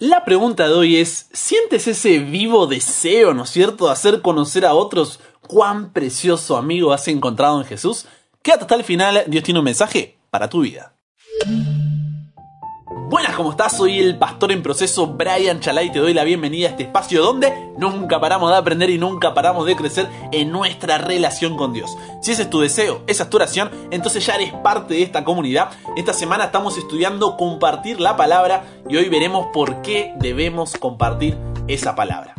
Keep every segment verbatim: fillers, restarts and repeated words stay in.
La pregunta de hoy es, ¿sientes ese vivo deseo, ¿no es cierto?, de hacer conocer a otros cuán precioso amigo has encontrado en Jesús? Quédate hasta el final, Dios tiene un mensaje para tu vida. Buenas, ¿cómo estás? Soy el pastor en proceso, Brian Chalá, y te doy la bienvenida a este espacio donde nunca paramos de aprender y nunca paramos de crecer en nuestra relación con Dios. Si ese es tu deseo, esa es tu oración, entonces ya eres parte de esta comunidad. Esta semana estamos estudiando compartir la palabra y hoy veremos por qué debemos compartir esa palabra.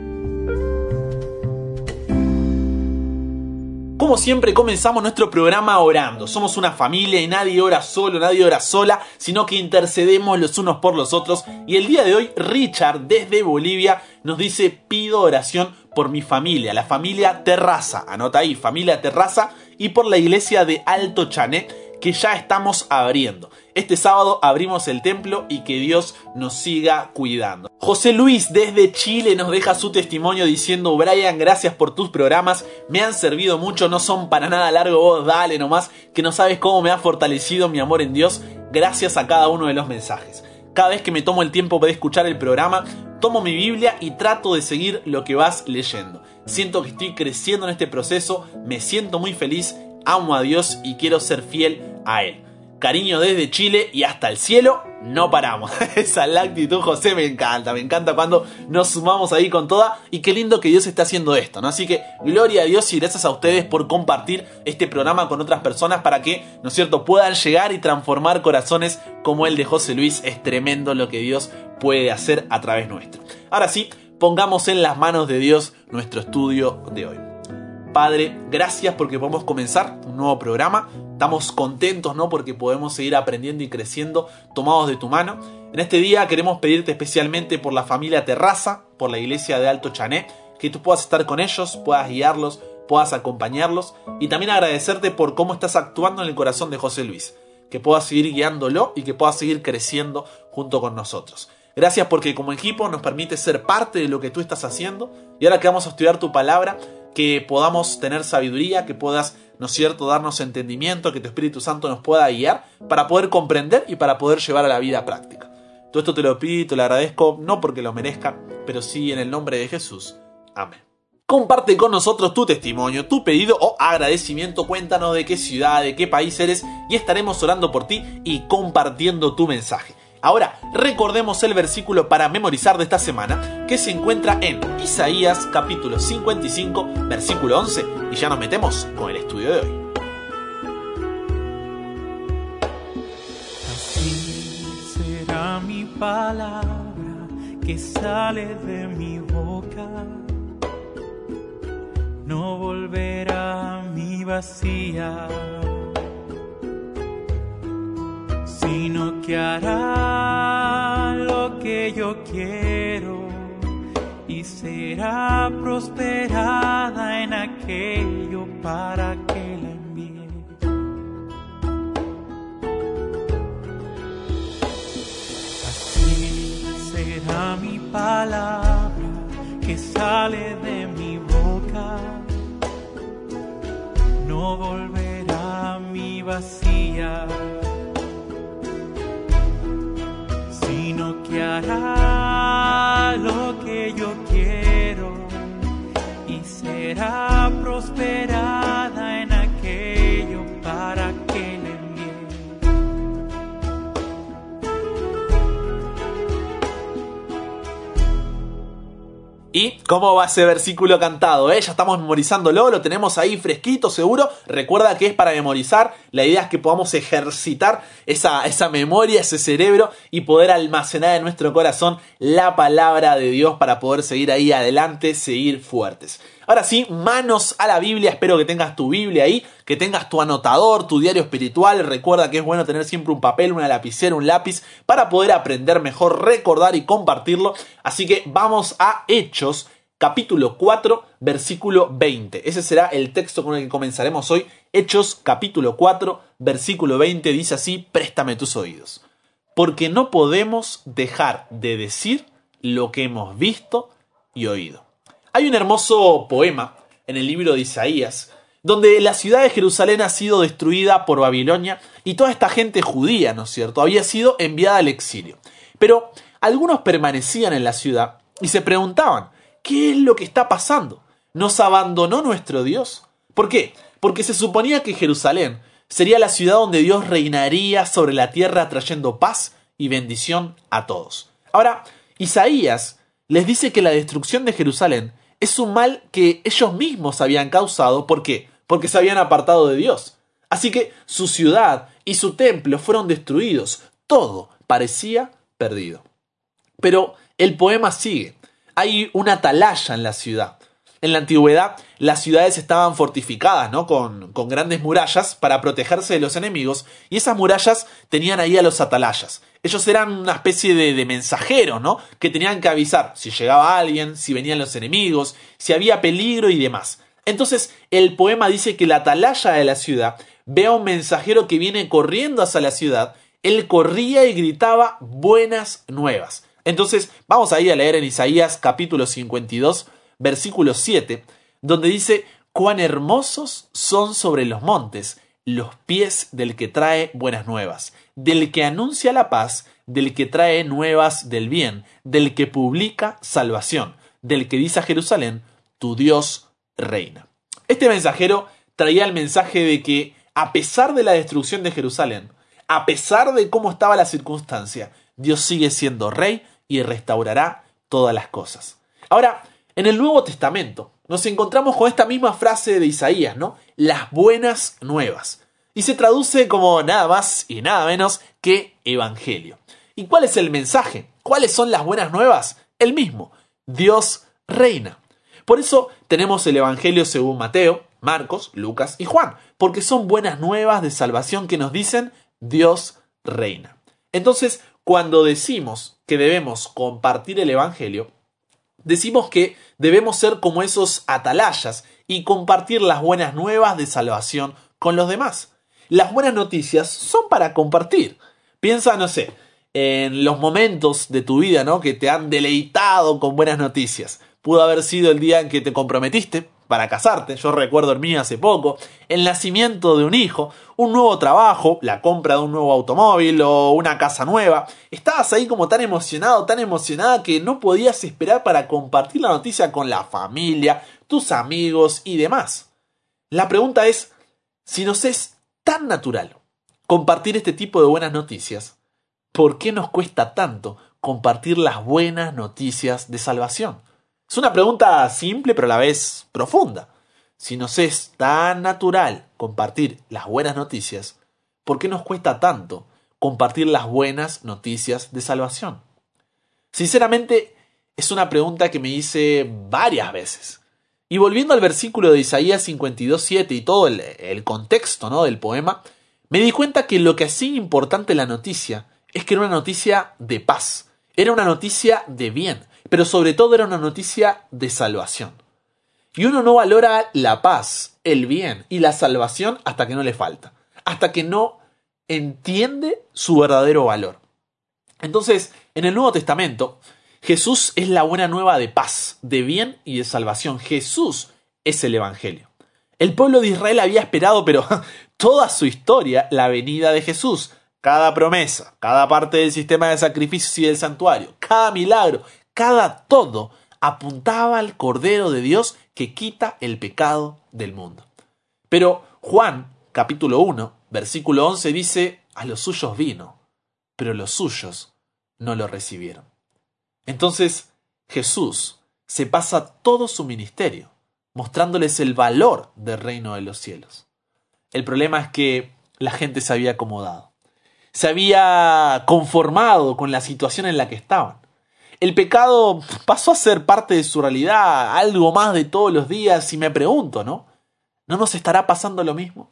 Como siempre, comenzamos nuestro programa orando. Somos una familia y nadie ora solo, nadie ora sola, sino que intercedemos los unos por los otros. Y el día de hoy, Richard, desde Bolivia, nos dice: pido oración por mi familia, la familia Terraza. Anota ahí, familia Terraza, y por la iglesia de Alto Chané, que ya estamos abriendo. Este sábado abrimos el templo y que Dios nos siga cuidando. José Luis desde Chile nos deja su testimonio diciendo: Brian, gracias por tus programas, me han servido mucho, no son para nada largos, vos dale nomás, que no sabes cómo me ha fortalecido mi amor en Dios gracias a cada uno de los mensajes. Cada vez que me tomo el tiempo de escuchar el programa, tomo mi Biblia y trato de seguir lo que vas leyendo. Siento que estoy creciendo en este proceso, me siento muy feliz, amo a Dios y quiero ser fiel a Él. Cariño desde Chile y hasta el cielo, no paramos. Esa es la actitud, José, me encanta, me encanta cuando nos sumamos ahí con toda. Y qué lindo que Dios está haciendo esto, ¿no? Así que gloria a Dios y gracias a ustedes por compartir este programa con otras personas para que, ¿no es cierto?, puedan llegar y transformar corazones como el de José Luis. Es tremendo lo que Dios puede hacer a través nuestro. Ahora sí, pongamos en las manos de Dios nuestro estudio de hoy. Padre, gracias porque podemos comenzar un nuevo programa. Estamos contentos, ¿no?, porque podemos seguir aprendiendo y creciendo tomados de tu mano. En este día queremos pedirte especialmente por la familia Terraza, por la iglesia de Alto Chané, que tú puedas estar con ellos, puedas guiarlos, puedas acompañarlos, y también agradecerte por cómo estás actuando en el corazón de José Luis, que puedas seguir guiándolo y que puedas seguir creciendo junto con nosotros. Gracias porque como equipo nos permite ser parte de lo que tú estás haciendo, y ahora que vamos a estudiar tu palabra, que podamos tener sabiduría, que puedas, ¿no es cierto?, darnos entendimiento, que tu Espíritu Santo nos pueda guiar para poder comprender y para poder llevar a la vida práctica. Todo esto te lo pido y te lo agradezco, no porque lo merezca, pero sí en el nombre de Jesús. Amén. Comparte con nosotros tu testimonio, tu pedido o agradecimiento. Cuéntanos de qué ciudad, de qué país eres y estaremos orando por ti y compartiendo tu mensaje. Ahora, recordemos el versículo para memorizar de esta semana, que se encuentra en Isaías capítulo cincuenta y cinco, versículo once, y ya nos metemos con el estudio de hoy. Así será mi palabra que sale de mi boca, no volverá a mí vacía, sino que hará lo que yo quiero y será prosperada en aquello para que la envíe. Así será mi palabra que sale de mi boca, no volverá a mí vacía, sino que hará lo que yo quiero y será prosperada en aquello para que le envíe. ¿Y cómo va ese versículo cantado? ¿Eh? Ya estamos memorizándolo, lo tenemos ahí fresquito, seguro. Recuerda que es para memorizar. La idea es que podamos ejercitar esa, esa memoria, ese cerebro y poder almacenar en nuestro corazón la palabra de Dios para poder seguir ahí adelante, seguir fuertes. Ahora sí, manos a la Biblia. Espero que tengas tu Biblia ahí, que tengas tu anotador, tu diario espiritual. Recuerda que es bueno tener siempre un papel, una lapicera, un lápiz para poder aprender mejor, recordar y compartirlo. Así que vamos a Hechos, capítulo cuatro, versículo veinte. Ese será el texto con el que comenzaremos hoy. Hechos, capítulo cuatro, versículo veinte. Dice así: préstame tus oídos. Porque no podemos dejar de decir lo que hemos visto y oído. Hay un hermoso poema en el libro de Isaías, donde la ciudad de Jerusalén ha sido destruida por Babilonia y toda esta gente judía, ¿no es cierto?, había sido enviada al exilio. Pero algunos permanecían en la ciudad y se preguntaban, ¿qué es lo que está pasando? ¿Nos abandonó nuestro Dios? ¿Por qué? Porque se suponía que Jerusalén sería la ciudad donde Dios reinaría sobre la tierra trayendo paz y bendición a todos. Ahora, Isaías les dice que la destrucción de Jerusalén es un mal que ellos mismos habían causado. ¿Por qué? Porque se habían apartado de Dios. Así que su ciudad y su templo fueron destruidos. Todo parecía perdido. Pero el poema sigue. Hay una atalaya en la ciudad. En la antigüedad, las ciudades estaban fortificadas, ¿no? Con, con grandes murallas para protegerse de los enemigos. Y esas murallas tenían ahí a los atalayas. Ellos eran una especie de, de mensajeros, ¿no? Que tenían que avisar si llegaba alguien, si venían los enemigos, si había peligro y demás. Entonces, el poema dice que la atalaya de la ciudad ve a un mensajero que viene corriendo hacia la ciudad. Él corría y gritaba buenas nuevas. Entonces, vamos ahí a leer en Isaías capítulo cincuenta y dos, versículo siete, donde dice: cuán hermosos son sobre los montes los pies del que trae buenas nuevas, del que anuncia la paz, del que trae nuevas del bien, del que publica salvación, del que dice a Jerusalén, tu Dios reina. Este mensajero traía el mensaje de que, a pesar de la destrucción de Jerusalén, a pesar de cómo estaba la circunstancia, Dios sigue siendo rey y restaurará todas las cosas. Ahora, en el Nuevo Testamento nos encontramos con esta misma frase de Isaías, ¿no? Las buenas nuevas. Y se traduce como nada más y nada menos que evangelio. ¿Y cuál es el mensaje? ¿Cuáles son las buenas nuevas? El mismo. Dios reina. Por eso tenemos el evangelio según Mateo, Marcos, Lucas y Juan. Porque son buenas nuevas de salvación que nos dicen Dios reina. Entonces, cuando decimos que debemos compartir el evangelio, decimos que debemos ser como esos atalayas y compartir las buenas nuevas de salvación con los demás. Las buenas noticias son para compartir. Piensa, no sé, en los momentos de tu vida, ¿no? Que te han deleitado con buenas noticias. Pudo haber sido el día en que te comprometiste para casarte, yo recuerdo el mío hace poco, el nacimiento de un hijo, un nuevo trabajo, la compra de un nuevo automóvil o una casa nueva. Estabas ahí como tan emocionado, tan emocionada que no podías esperar para compartir la noticia con la familia, tus amigos y demás. La pregunta es, si nos es tan natural compartir este tipo de buenas noticias, ¿por qué nos cuesta tanto compartir las buenas noticias de salvación? Es una pregunta simple pero a la vez profunda. Si nos es tan natural compartir las buenas noticias, ¿por qué nos cuesta tanto compartir las buenas noticias de salvación? Sinceramente, es una pregunta que me hice varias veces. Y volviendo al versículo de Isaías cincuenta y dos, siete y todo el, el contexto, ¿no? del poema, me di cuenta que lo que hacía importante la noticia es que era una noticia de paz, era una noticia de bien, pero sobre todo era una noticia de salvación. Y uno no valora la paz, el bien y la salvación hasta que no le falta, hasta que no entiende su verdadero valor. Entonces, en el Nuevo Testamento, Jesús es la buena nueva de paz, de bien y de salvación. Jesús es el Evangelio. El pueblo de Israel había esperado, pero toda su historia, la venida de Jesús. Cada promesa, cada parte del sistema de sacrificios y del santuario, cada milagro, cada todo apuntaba al Cordero de Dios que quita el pecado del mundo. Pero Juan, capítulo uno, versículo once dice, a los suyos vino, pero los suyos no lo recibieron. Entonces Jesús se pasa todo su ministerio mostrándoles el valor del reino de los cielos. El problema es que la gente se había acomodado, se había conformado con la situación en la que estaban. El pecado pasó a ser parte de su realidad, algo más de todos los días, y me pregunto, ¿no? ¿No nos estará pasando lo mismo?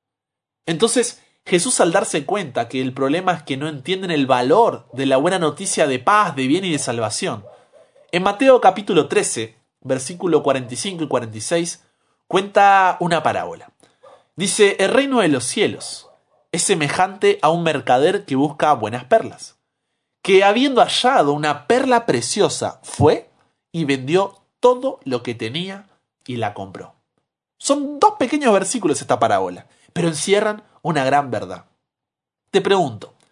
Entonces, Jesús, al darse cuenta que el problema es que no entienden el valor de la buena noticia de paz, de bien y de salvación, en Mateo capítulo trece, versículo cuarenta y cinco y cuarenta y seis, cuenta una parábola. Dice, el reino de los cielos es semejante a un mercader que busca buenas perlas, que habiendo hallado una perla preciosa, fue y vendió todo lo que tenía y la compró. Son dos pequeños versículos esta parábola, pero encierran una gran verdad. Te pregunto,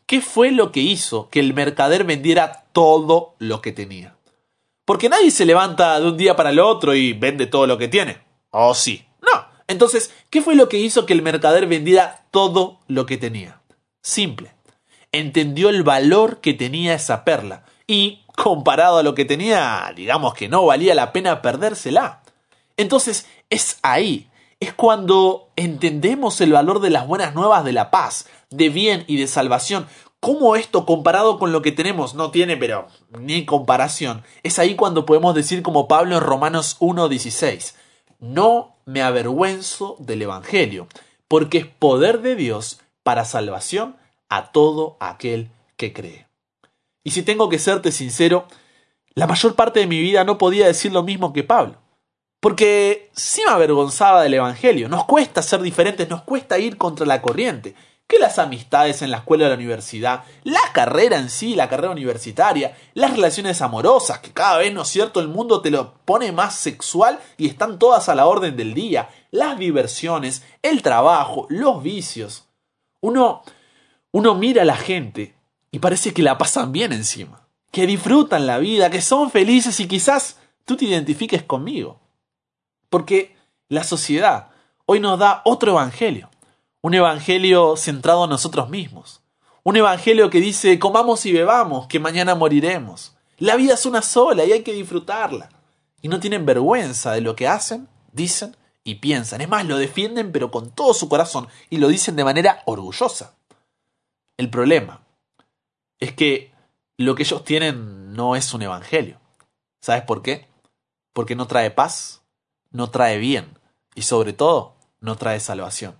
¿qué fue lo que hizo que el mercader vendiera todo lo que tenía? Porque nadie se levanta de un día para el otro y vende todo lo que tiene. ¿Oh, sí? No. Entonces, ¿qué fue lo que hizo que el mercader vendiera todo lo que tenía? Simple. Entendió el valor que tenía esa perla. Y, comparado a lo que tenía, digamos que no valía la pena perdérsela. Entonces, es ahí. Es cuando entendemos el valor de las buenas nuevas de la paz, de bien y de salvación. Cómo esto comparado con lo que tenemos no tiene, pero ni comparación. Es ahí cuando podemos decir como Pablo en Romanos uno dieciséis. No me avergüenzo del Evangelio, porque es poder de Dios para salvación a todo aquel que cree. Y si tengo que serte sincero, la mayor parte de mi vida no podía decir lo mismo que Pablo. Porque sí me avergonzaba del Evangelio. Nos cuesta ser diferentes, nos cuesta ir contra la corriente. Que las amistades en la escuela o la universidad, la carrera en sí, la carrera universitaria, las relaciones amorosas, que cada vez, ¿no es cierto?, el mundo te lo pone más sexual y están todas a la orden del día, las diversiones, el trabajo, los vicios. Uno, uno mira a la gente y parece que la pasan bien encima, que disfrutan la vida, que son felices y quizás tú te identifiques conmigo. Porque la sociedad hoy nos da otro evangelio. Un evangelio centrado en nosotros mismos. Un evangelio que dice, comamos y bebamos, que mañana moriremos. La vida es una sola y hay que disfrutarla. Y no tienen vergüenza de lo que hacen, dicen y piensan. Es más, lo defienden pero con todo su corazón y lo dicen de manera orgullosa. El problema es que lo que ellos tienen no es un evangelio. ¿Sabes por qué? Porque no trae paz, no trae bien y sobre todo no trae salvación.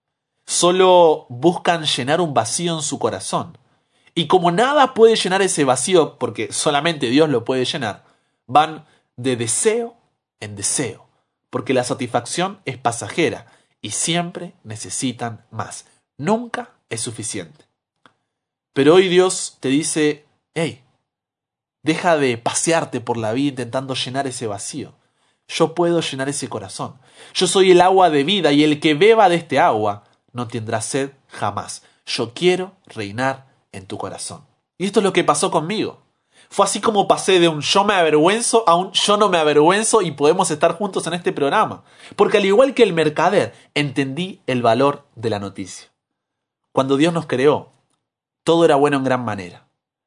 Solo buscan llenar un vacío en su corazón. Y como nada puede llenar ese vacío, porque solamente Dios lo puede llenar, van de deseo en deseo, porque la satisfacción es pasajera y siempre necesitan más. Nunca es suficiente. Pero hoy Dios te dice, hey, deja de pasearte por la vida intentando llenar ese vacío. Yo puedo llenar ese corazón. Yo soy el agua de vida y el que beba de este agua no tendrá sed jamás. Yo quiero reinar en tu corazón. Y esto es lo que pasó conmigo. Fue así como pasé de un yo me avergüenzo a un yo no me avergüenzo y podemos estar juntos en este programa. Porque al igual que el mercader, entendí el valor de la noticia. Cuando Dios nos creó, todo era bueno en gran manera.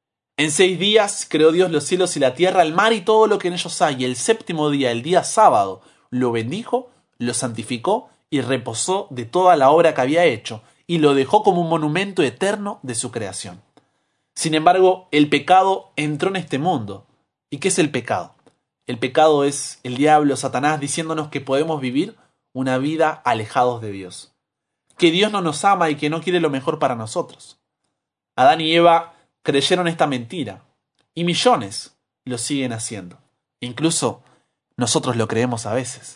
En seis días creó Dios los cielos y la tierra, el mar y todo lo que en ellos hay. Y el séptimo día, el día sábado, lo bendijo, lo santificó y reposó de toda la obra que había hecho, y lo dejó como un monumento eterno de su creación. Sin embargo, el pecado entró en este mundo. ¿Y qué es el pecado? El pecado es el diablo, Satanás, diciéndonos que podemos vivir una vida alejados de Dios. Que Dios no nos ama y que no quiere lo mejor para nosotros. Adán y Eva creyeron esta mentira, y millones lo siguen haciendo. Incluso nosotros lo creemos a veces.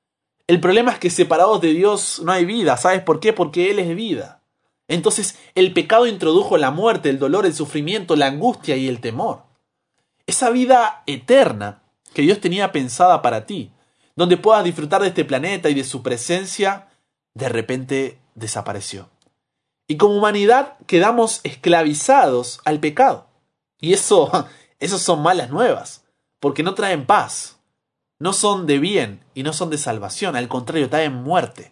El problema es que separados de Dios no hay vida. ¿Sabes por qué? Porque Él es vida. Entonces el pecado introdujo la muerte, el dolor, el sufrimiento, la angustia y el temor. Esa vida eterna que Dios tenía pensada para ti, donde puedas disfrutar de este planeta y de su presencia, de repente desapareció. Y como humanidad quedamos esclavizados al pecado. Y eso, eso son malas nuevas, porque no traen paz. No son de bien y no son de salvación, al contrario, traen muerte.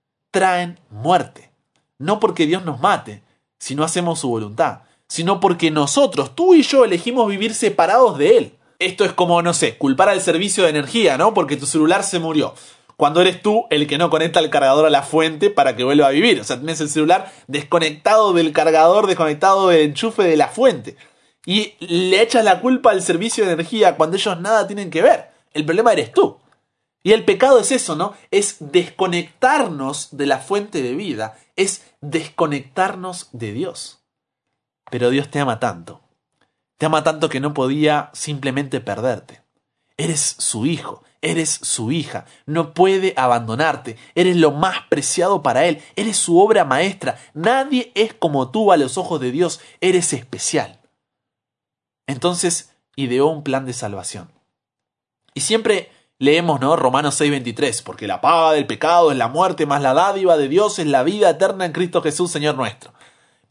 Traen muerte. No porque Dios nos mate, si no hacemos su voluntad, sino porque nosotros, tú y yo, elegimos vivir separados de Él. Esto es como, no sé, culpar al servicio de energía, ¿no? Porque tu celular se murió. Cuando eres tú el que no conecta el cargador a la fuente para que vuelva a vivir. O sea, tienes el celular desconectado del cargador, desconectado del enchufe de la fuente. Y le echas la culpa al servicio de energía cuando ellos nada tienen que ver. El problema eres tú. Y el pecado es eso, ¿no? Es desconectarnos de la fuente de vida. Es desconectarnos de Dios. Pero Dios te ama tanto. Te ama tanto que no podía simplemente perderte. Eres su hijo, eres su hija. No puede abandonarte. Eres lo más preciado para Él. Eres su obra maestra. Nadie es como tú a los ojos de Dios. Eres especial. Entonces ideó un plan de salvación. Y siempre leemos, ¿no? Romanos seis veintitrés, porque la paga del pecado es la muerte, más la dádiva de Dios es la vida eterna en Cristo Jesús, Señor nuestro. Pero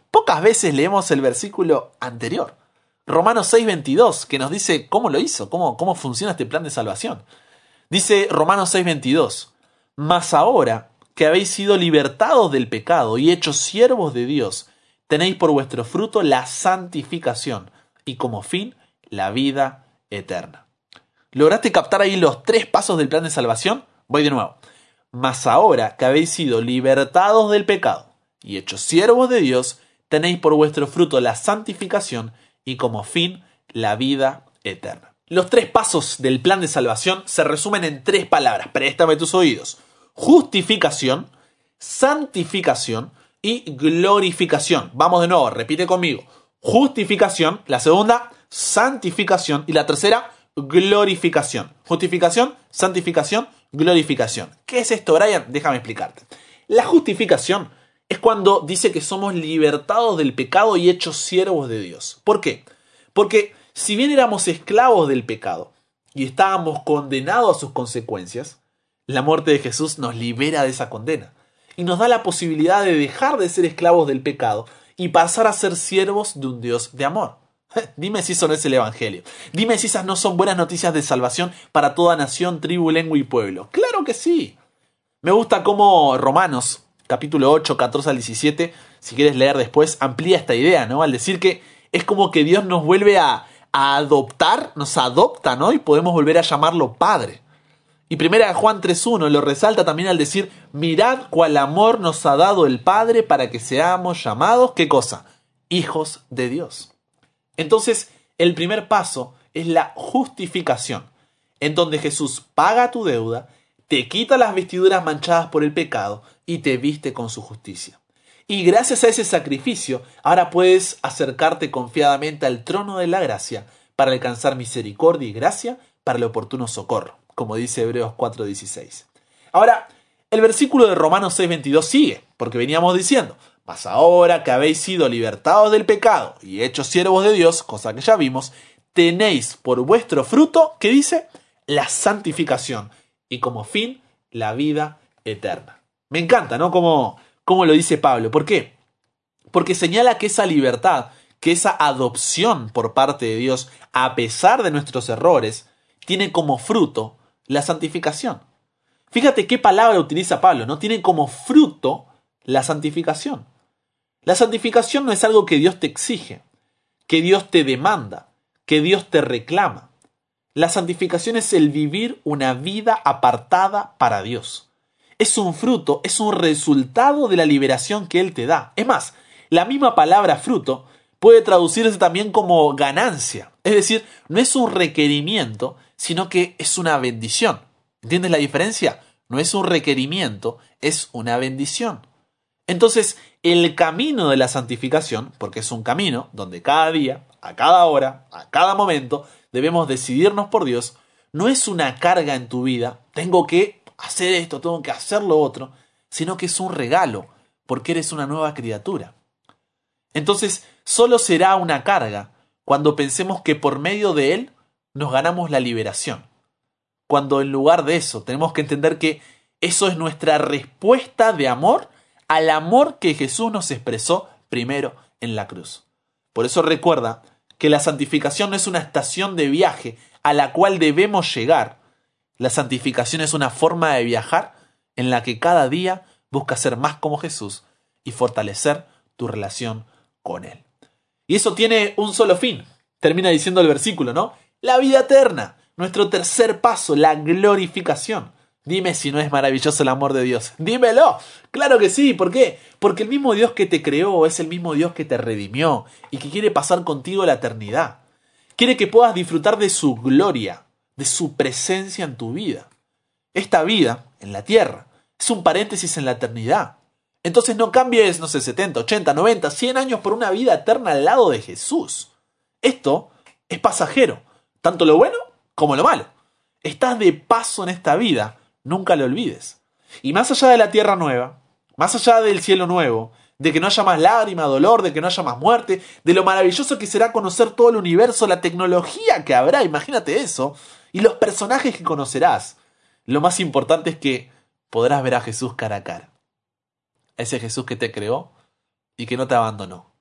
pocas veces leemos el versículo anterior, Romanos seis veintidós, que nos dice cómo lo hizo, cómo, cómo funciona este plan de salvación. Dice Romanos seis veintidós, mas ahora que habéis sido libertados del pecado y hechos siervos de Dios, tenéis por vuestro fruto la santificación y como fin la vida eterna. ¿Lograste captar ahí los tres pasos del plan de salvación? Voy de nuevo. Mas ahora que habéis sido libertados del pecado y hechos siervos de Dios, tenéis por vuestro fruto la santificación y como fin la vida eterna. Los tres pasos del plan de salvación se resumen en tres palabras. Préstame tus oídos. Justificación, santificación y glorificación. Vamos de nuevo, repite conmigo. Justificación, la segunda, santificación y la tercera, glorificación. Justificación, santificación, glorificación. ¿Qué es esto, Brian? Déjame explicarte. La justificación es cuando dice que somos libertados del pecado y hechos siervos de Dios. ¿Por qué? Porque si bien éramos esclavos del pecado y estábamos condenados a sus consecuencias, la muerte de Jesús nos libera de esa condena y nos da la posibilidad de dejar de ser esclavos del pecado y pasar a ser siervos de un Dios de amor. Dime si eso no es el Evangelio. Dime si esas no son buenas noticias de salvación para toda nación, tribu, lengua y pueblo. ¡Claro que sí! Me gusta cómo Romanos, capítulo ocho, catorce al diecisiete, si quieres leer después, amplía esta idea, ¿no? Al decir que es como que Dios nos vuelve a, a adoptar, nos adopta, ¿no? Y podemos volver a llamarlo Padre. Y primera de Juan tres uno lo resalta también al decir, mirad cuál amor nos ha dado el Padre para que seamos llamados, ¿qué cosa? Hijos de Dios. Entonces, el primer paso es la justificación, en donde Jesús paga tu deuda, te quita las vestiduras manchadas por el pecado y te viste con su justicia. Y gracias a ese sacrificio, ahora puedes acercarte confiadamente al trono de la gracia para alcanzar misericordia y gracia para el oportuno socorro, como dice Hebreos cuatro dieciséis. Ahora, el versículo de Romanos seis veintidós sigue, porque veníamos diciendo, mas ahora que habéis sido libertados del pecado y hechos siervos de Dios, cosa que ya vimos, tenéis por vuestro fruto, ¿qué dice? La santificación y como fin la vida eterna. Me encanta, ¿no? Como, como lo dice Pablo. ¿Por qué? Porque señala que esa libertad, que esa adopción por parte de Dios, a pesar de nuestros errores, tiene como fruto la santificación. Fíjate qué palabra utiliza Pablo, ¿no? Tiene como fruto la santificación. La santificación no es algo que Dios te exige, que Dios te demanda, que Dios te reclama. La santificación es el vivir una vida apartada para Dios. Es un fruto, es un resultado de la liberación que Él te da. Es más, la misma palabra fruto puede traducirse también como ganancia. Es decir, no es un requerimiento, sino que es una bendición. ¿Entiendes la diferencia? No es un requerimiento, es una bendición. Entonces, el camino de la santificación, porque es un camino donde cada día, a cada hora, a cada momento, debemos decidirnos por Dios, no es una carga en tu vida, tengo que hacer esto, tengo que hacer lo otro, sino que es un regalo, porque eres una nueva criatura. Entonces, solo será una carga cuando pensemos que por medio de Él nos ganamos la liberación. Cuando en lugar de eso tenemos que entender que eso es nuestra respuesta de amor al amor que Jesús nos expresó primero en la cruz. Por eso recuerda que la santificación no es una estación de viaje a la cual debemos llegar. La santificación es una forma de viajar en la que cada día buscas ser más como Jesús y fortalecer tu relación con Él. Y eso tiene un solo fin. Termina diciendo el versículo, ¿no? La vida eterna. Nuestro tercer paso, la glorificación. Dime si no es maravilloso el amor de Dios. ¡Dímelo! ¡Claro que sí! ¿Por qué? Porque el mismo Dios que te creó es el mismo Dios que te redimió y que quiere pasar contigo la eternidad. Quiere que puedas disfrutar de su gloria, de su presencia en tu vida. Esta vida, en la tierra, es un paréntesis en la eternidad. Entonces no cambies, no sé, setenta, ochenta, noventa, cien años por una vida eterna al lado de Jesús. Esto es pasajero, tanto lo bueno como lo malo. Estás de paso en esta vida, nunca lo olvides. Y más allá de la tierra nueva, más allá del cielo nuevo, de que no haya más lágrima, dolor, de que no haya más muerte, de lo maravilloso que será conocer todo el universo, la tecnología que habrá, imagínate eso, y los personajes que conocerás. Lo más importante es que podrás ver a Jesús cara a cara. Ese Jesús que te creó y que no te abandonó.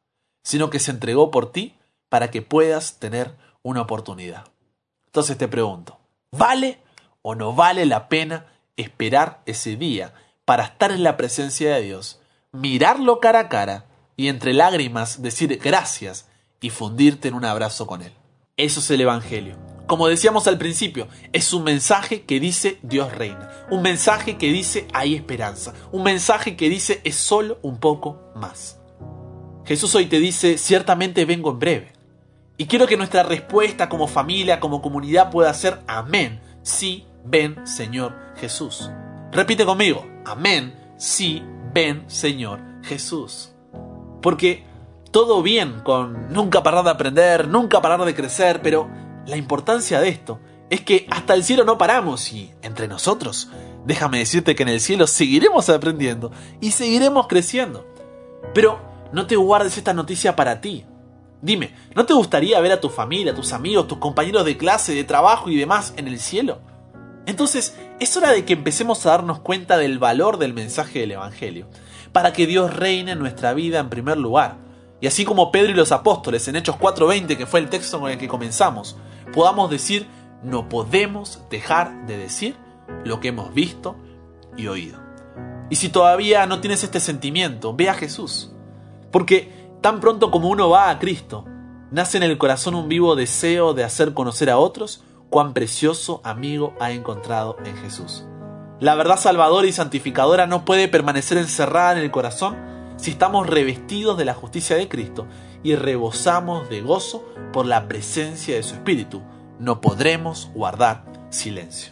sino que se entregó por ti para que puedas tener una oportunidad. Entonces te pregunto, ¿vale o no vale la pena esperar ese día para estar en la presencia de Dios, mirarlo cara a cara y entre lágrimas decir gracias y fundirte en un abrazo con Él? Eso es el Evangelio. Como decíamos al principio, es un mensaje que dice Dios reina, un mensaje que dice hay esperanza, un mensaje que dice es solo un poco más. Jesús hoy te dice, ciertamente vengo en breve. Y quiero que nuestra respuesta como familia, como comunidad pueda ser amén, sí, ven Señor Jesús. Repite conmigo, amén, sí, ven Señor Jesús. Porque todo bien con nunca parar de aprender, nunca parar de crecer, pero la importancia de esto es que hasta el cielo no paramos y entre nosotros, déjame decirte que en el cielo seguiremos aprendiendo y seguiremos creciendo. Pero no te guardes esta noticia para ti. Dime, ¿no te gustaría ver a tu familia, a tus amigos, tus compañeros de clase, de trabajo y demás en el cielo? Entonces, es hora de que empecemos a darnos cuenta del valor del mensaje del Evangelio, para que Dios reine en nuestra vida en primer lugar. Y así como Pedro y los apóstoles en Hechos cuatro veinte, que fue el texto con el que comenzamos, podamos decir, no podemos dejar de decir lo que hemos visto y oído. Y si todavía no tienes este sentimiento, ve a Jesús. Porque tan pronto como uno va a Cristo, nace en el corazón un vivo deseo de hacer conocer a otros cuán precioso amigo ha encontrado en Jesús. La verdad salvadora y santificadora no puede permanecer encerrada en el corazón si estamos revestidos de la justicia de Cristo y rebosamos de gozo por la presencia de su Espíritu. No podremos guardar silencio.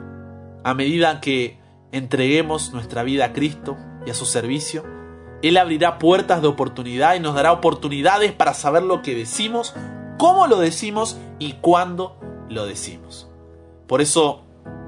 A medida que entreguemos nuestra vida a Cristo y a su servicio, Él abrirá puertas de oportunidad y nos dará oportunidades para saber lo que decimos, cómo lo decimos y cuándo lo decimos. Por eso,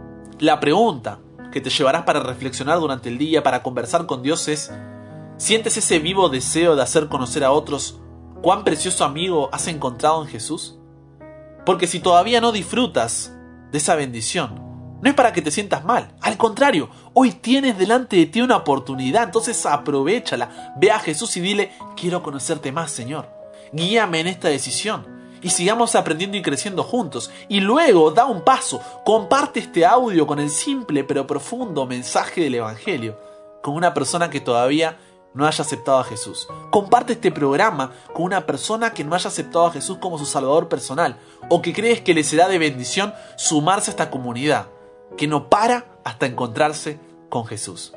la pregunta que te llevarás para reflexionar durante el día, para conversar con Dios es, ¿sientes ese vivo deseo de hacer conocer a otros cuán precioso amigo has encontrado en Jesús? Porque si todavía no disfrutas de esa bendición, no es para que te sientas mal. Al contrario, hoy tienes delante de ti una oportunidad, entonces aprovéchala. Ve a Jesús y dile, quiero conocerte más, Señor. Guíame en esta decisión. Y sigamos aprendiendo y creciendo juntos. Y luego da un paso. Comparte este audio con el simple pero profundo mensaje del Evangelio con una persona que todavía no haya aceptado a Jesús. Comparte este programa con una persona que no haya aceptado a Jesús como su salvador personal o que crees que le será de bendición sumarse a esta comunidad que no para hasta encontrarse con Jesús.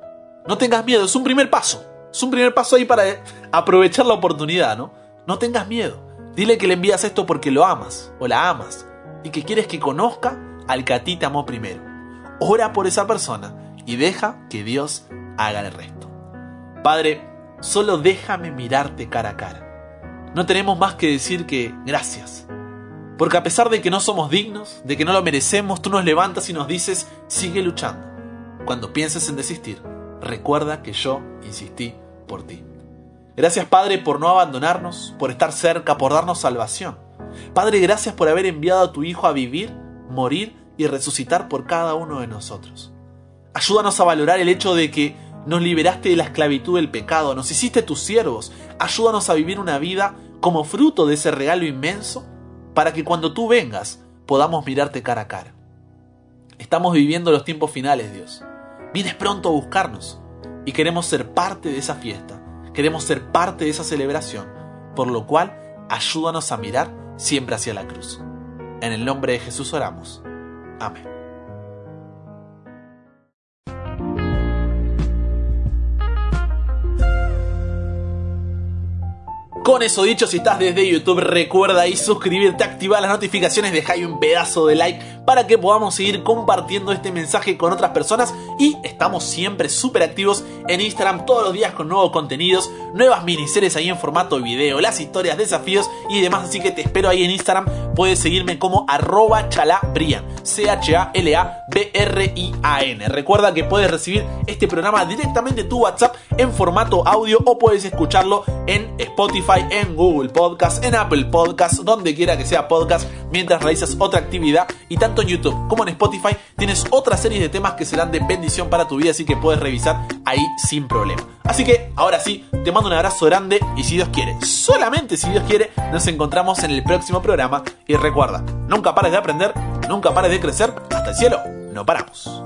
No tengas miedo, es un primer paso. Es un primer paso ahí para aprovechar la oportunidad, ¿no? No tengas miedo. Dile que le envías esto porque lo amas o la amas y que quieres que conozca al que a ti te amó primero. Ora por esa persona y deja que Dios haga el resto. Padre, solo déjame mirarte cara a cara. No tenemos más que decir que gracias. Porque a pesar de que no somos dignos, de que no lo merecemos, tú nos levantas y nos dices, sigue luchando. Cuando pienses en desistir, recuerda que yo insistí por ti. Gracias, Padre, por no abandonarnos, por estar cerca, por darnos salvación. Padre, gracias por haber enviado a tu Hijo a vivir, morir y resucitar por cada uno de nosotros. Ayúdanos a valorar el hecho de que nos liberaste de la esclavitud del pecado, nos hiciste tus siervos. Ayúdanos a vivir una vida como fruto de ese regalo inmenso, para que cuando tú vengas podamos mirarte cara a cara. Estamos viviendo los tiempos finales, Dios. Vienes pronto a buscarnos y queremos ser parte de esa fiesta. Queremos ser parte de esa celebración, por lo cual ayúdanos a mirar siempre hacia la cruz. En el nombre de Jesús oramos. Amén. Con eso dicho, si estás desde YouTube, recuerda ahí suscribirte, activar las notificaciones, dejar un pedazo de like para que podamos seguir compartiendo este mensaje con otras personas. Y estamos siempre súper activos en Instagram todos los días con nuevos contenidos, nuevas miniseries ahí en formato video, las historias, desafíos y demás. Así que te espero ahí en Instagram. Puedes seguirme como arroba chalabrian, C H A L A B R I A N. Recuerda que puedes recibir este programa directamente en tu WhatsApp en formato audio o puedes escucharlo en Spotify Spotify, en Google Podcast, en Apple Podcast, donde quiera que sea podcast, mientras realizas otra actividad. Y tanto en YouTube como en Spotify tienes otra serie de temas que serán de bendición para tu vida, así que puedes revisar ahí sin problema. Así que ahora sí, te mando un abrazo grande y si Dios quiere, solamente si Dios quiere, nos encontramos en el próximo programa. Y recuerda, nunca pares de aprender, nunca pares de crecer, hasta el cielo, no paramos.